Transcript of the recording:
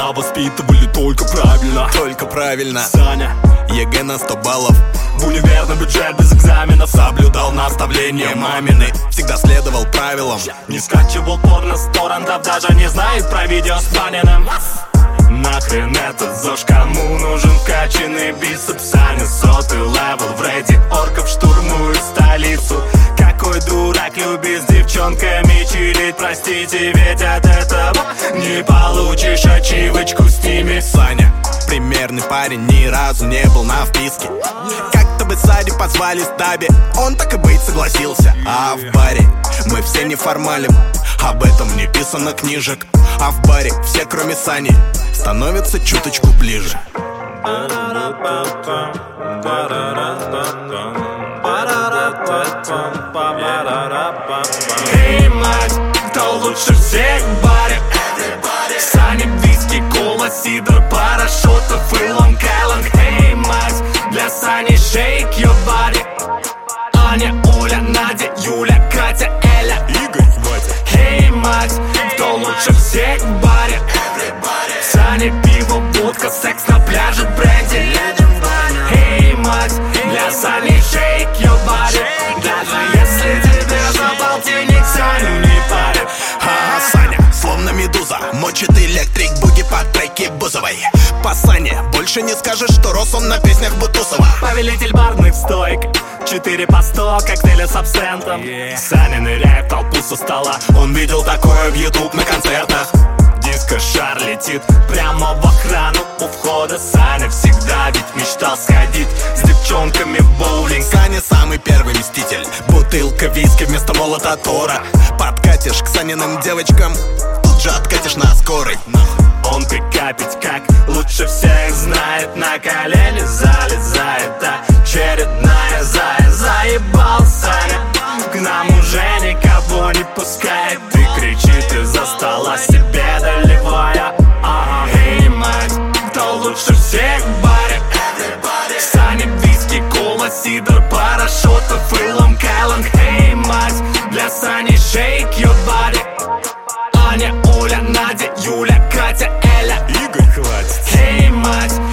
Меня воспитывали только правильно. Только правильно. Саня, ЕГЭ на 100 баллов. в универ на бюджет без экзаменов. Соблюдал наставления мамины. Всегда следовал правилам. Не скачивал порно с торрентов. Даже не знает про видео с Паниным. Нахрен этот ЗОЖ, кому нужен вкачанный бицепс? Саня, сотый левел в рейде орков штурмует столицу. Какой дурак любит с девчонками чилить, простите, ведь от этого не получишь ачивочку с ними. Саня, примерный парень, ни разу не был на вписке. Как-то бы Сади позвали с Таби, он так и быть согласился. А в баре мы все неформалим, об этом не писано книжек. А в баре все, кроме Сани, становятся чуточку ближе. Эй, Макс, кто лучше всех в баре? Саня, виски, кола, сидр, парашютов и лонг-айленд. Эй, Макс, для Сани shake your body. Аня, Оля, Надя, Юля, Катя, Эля, Игорь, Ватя. Эй, Макс, кто лучше всех в баре? Саня, пиво, водка, секс на пляже, бренди. Эй, Макс, для Сани shake your body. Даже если тебе за полтинник Саню не парит. Саня, словно медуза, мочит электрик, буги под треки Бузовой. По Сане больше не скажешь, что рос он на песнях Бутусова. Повелитель барных стоек, 4 по 100, коктейли с абсентом. Саня ныряет в толпу со стола. Он видел такое в YouTube на концертах. Диско-шар летит прямо в охрану у входа. Саня всегда ведь мечтал сходить с девчонками в боулинг. Саня самый первый мститель. Бутылка виски вместо молота Тора. Подкатишь к Саниным девочкам, тут же откатишь на скорой. Он пикапить как лучше всех знает. На колени залезает очередная зая. Заебал Саня, к нам уже никого не пускает. И кричит из-за стола себе доливая. Эй, Макс, кто лучше всех в баре? Саня, виски, кола, сидр, парашютов и лонг-айленд. Эй, Макс, для Сани shake your body. Аня, Оля, Надя, Юля, Катя, Эля, Игорь, хватит. Эй, Макс,